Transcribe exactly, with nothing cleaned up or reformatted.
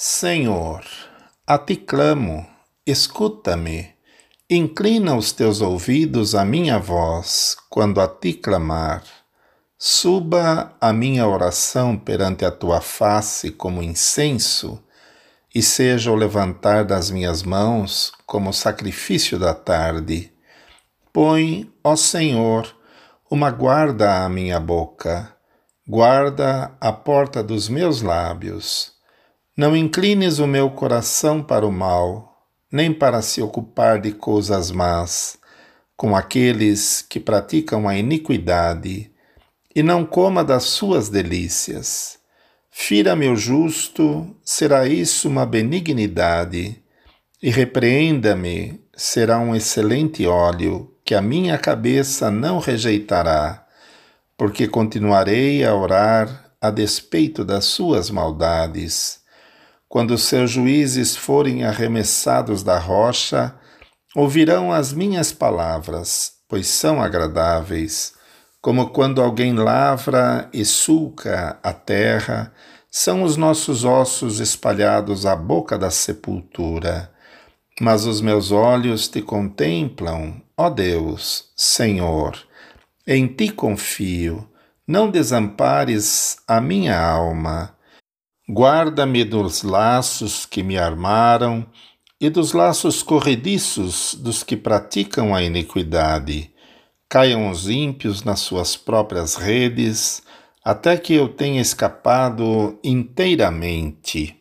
Senhor, a ti clamo, escuta-me, inclina os teus ouvidos à minha voz, quando a ti clamar. Suba a minha oração perante a tua face como incenso, e seja o levantar das minhas mãos como sacrifício da tarde. Põe, ó Senhor, uma guarda à minha boca, guarda a porta dos meus lábios. Não inclines o meu coração para o mal, nem para se ocupar de coisas más, com aqueles que praticam a iniquidade, e não coma das suas delícias. Fira-me o justo, será isso uma benignidade, e repreenda-me, será um excelente óleo, que a minha cabeça não rejeitará, porque continuarei a orar a despeito das suas maldades. Quando seus juízes forem arremessados da rocha, ouvirão as minhas palavras, pois são agradáveis. Como quando alguém lavra e sulca a terra, são os nossos ossos espalhados à boca da sepultura. Mas os meus olhos te contemplam, ó Deus, Senhor. Em ti confio, não desampares a minha alma. Guarda-me dos laços que me armaram e dos laços corrediços dos que praticam a iniquidade. Caiam os ímpios nas suas próprias redes, até que eu tenha escapado inteiramente.